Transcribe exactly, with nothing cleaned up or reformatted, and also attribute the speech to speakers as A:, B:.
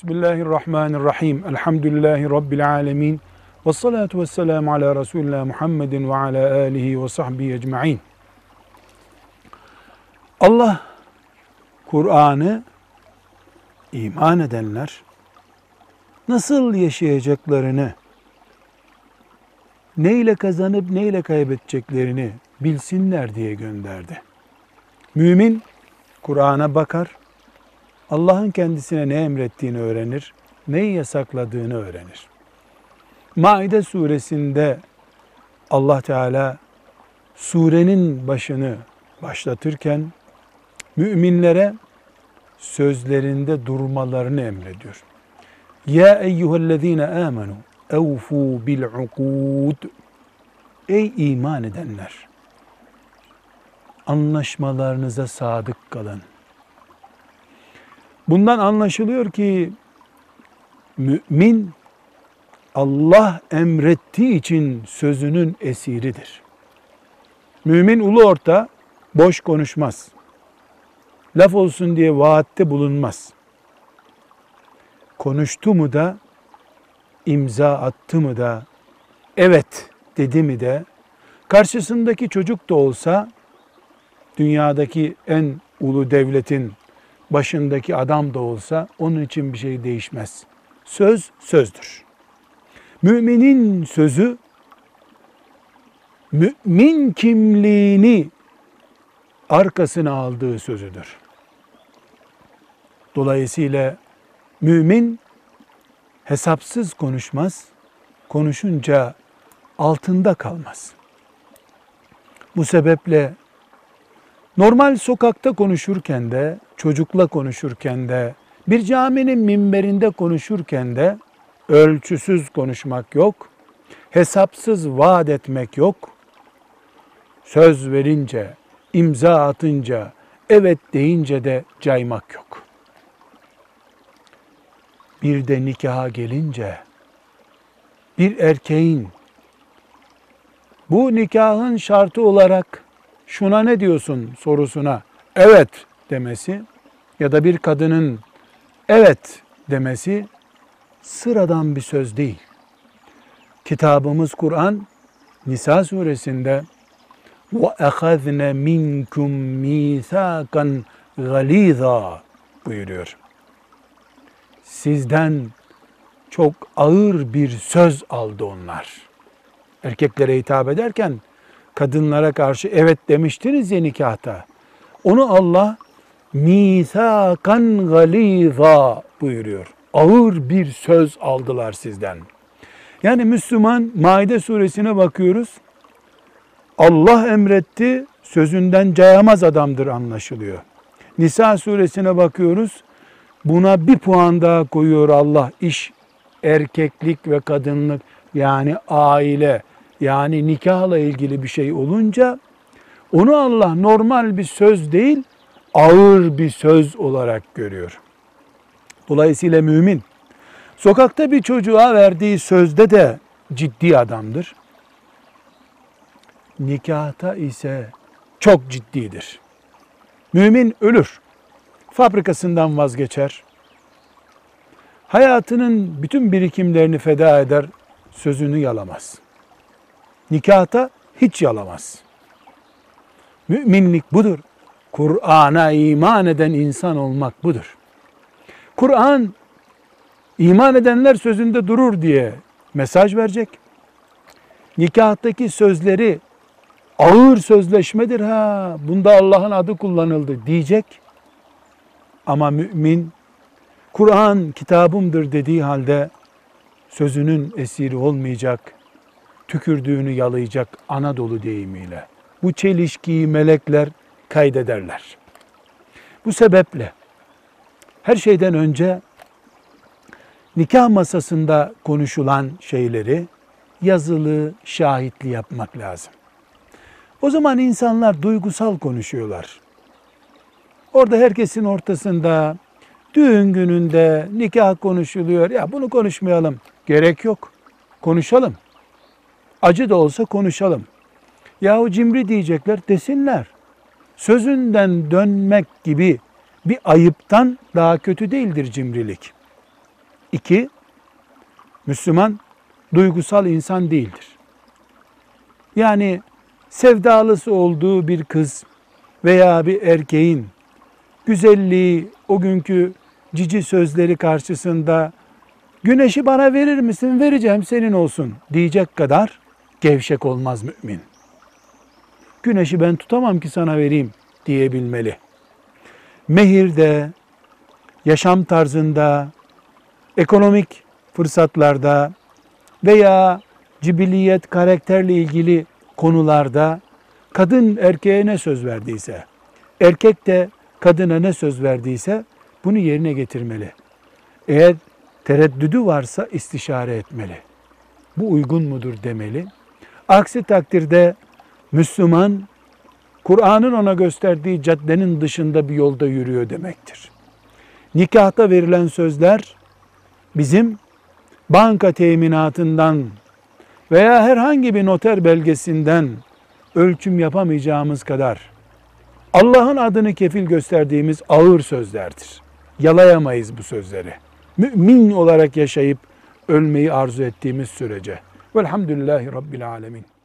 A: Bismillahirrahmanirrahim. Elhamdülillahi Rabbil alemin. Ve salatu ve selamu ala Resulina Muhammedin ve ala alihi ve sahbihi ecma'in. Allah Kur'an'ı iman edenler nasıl yaşayacaklarını, neyle kazanıp neyle kaybedeceklerini bilsinler diye gönderdi. Mümin Kur'an'a bakar, Allah'ın kendisine ne emrettiğini öğrenir, neyi yasakladığını öğrenir. Maide suresinde Allah Teala surenin başını başlatırken müminlere sözlerinde durmalarını emrediyor. Ya eyyühellezine amenu evfu bil ukud. Ey iman edenler! Anlaşmalarınıza sadık kalın. Bundan anlaşılıyor ki mümin Allah emrettiği için sözünün esiridir. Mümin ulu orta boş konuşmaz. Laf olsun diye vaatte bulunmaz. Konuştu mu da, imza attı mı da, evet dedi mi de, karşısındaki çocuk da olsa, dünyadaki en ulu devletin başındaki adam da olsa onun için bir şey değişmez. Söz sözdür. Müminin sözü mümin kimliğini arkasına aldığı sözüdür. Dolayısıyla mümin hesapsız konuşmaz, konuşunca altında kalmaz. Bu sebeple normal sokakta konuşurken de, çocukla konuşurken de, bir caminin minberinde konuşurken de ölçüsüz konuşmak yok, hesapsız vaat etmek yok, söz verince, imza atınca, evet deyince de caymak yok. Bir de nikaha gelince, bir erkeğin bu nikahın şartı olarak şuna ne diyorsun sorusuna evet demesi ya da bir kadının evet demesi sıradan bir söz değil. Kitabımız Kur'an Nisa suresinde وَاَخَذْنَ مِنْكُمْ مِيثَاقًا غَلِيظًا buyuruyor. Sizden çok ağır bir söz aldı onlar. Erkeklere hitap ederken kadınlara karşı evet demiştiniz ya nikahta. Onu Allah mîthâkan galîzâ buyuruyor. Ağır bir söz aldılar sizden. Yani Müslüman Maide suresine bakıyoruz. Allah emretti, sözünden cayamaz adamdır anlaşılıyor. Nisa suresine bakıyoruz. Buna bir puan daha koyuyor Allah. İş erkeklik ve kadınlık yani aile yani nikahla ilgili bir şey olunca onu Allah normal bir söz değil ağır bir söz olarak görüyor. Dolayısıyla mümin sokakta bir çocuğa verdiği sözde de ciddi adamdır. Nikahta ise çok ciddidir. Mümin ölür. Fabrikasından vazgeçer. Hayatının bütün birikimlerini feda eder, sözünü yalamaz. Nikahta hiç yalamaz. Müminlik budur. Kur'an'a iman eden insan olmak budur. Kur'an iman edenler sözünde durur diye mesaj verecek. Nikahtaki sözleri ağır sözleşmedir ha. Bunda Allah'ın adı kullanıldı diyecek. Ama mümin Kur'an kitabımdır dediği halde sözünün esiri olmayacak, tükürdüğünü yalayacak Anadolu deyimiyle. Bu çelişkiyi melekler kaydederler. Bu sebeple her şeyden önce nikah masasında konuşulan şeyleri yazılı, şahitli yapmak lazım. O zaman insanlar duygusal konuşuyorlar. Orada herkesin ortasında, düğün gününde nikah konuşuluyor. Ya bunu konuşmayalım. Gerek yok. Konuşalım. Acı da olsa konuşalım. Yahu cimri diyecekler, desinler. Sözünden dönmek gibi bir ayıptan daha kötü değildir cimrilik. İki, Müslüman duygusal insan değildir. Yani sevdalısı olduğu bir kız veya bir erkeğin güzelliği, o günkü cici sözleri karşısında güneşi bana verir misin? Vereceğim, senin olsun diyecek kadar gevşek olmaz mümin. Güneşi ben tutamam ki sana vereyim diyebilmeli. Mehirde, yaşam tarzında, ekonomik fırsatlarda veya cibiliyet, karakterle ilgili konularda kadın erkeğe ne söz verdiyse, erkek de kadına ne söz verdiyse bunu yerine getirmeli. Eğer tereddüdü varsa istişare etmeli. Bu uygun mudur demeli. Aksi takdirde Müslüman, Kur'an'ın ona gösterdiği caddenin dışında bir yolda yürüyor demektir. Nikahta verilen sözler bizim banka teminatından veya herhangi bir noter belgesinden ölçüm yapamayacağımız kadar Allah'ın adını kefil gösterdiğimiz ağır sözlerdir. Yalayamayız bu sözleri. Mümin olarak yaşayıp ölmeyi arzu ettiğimiz sürece. Velhamdülillahi Rabbil alemin.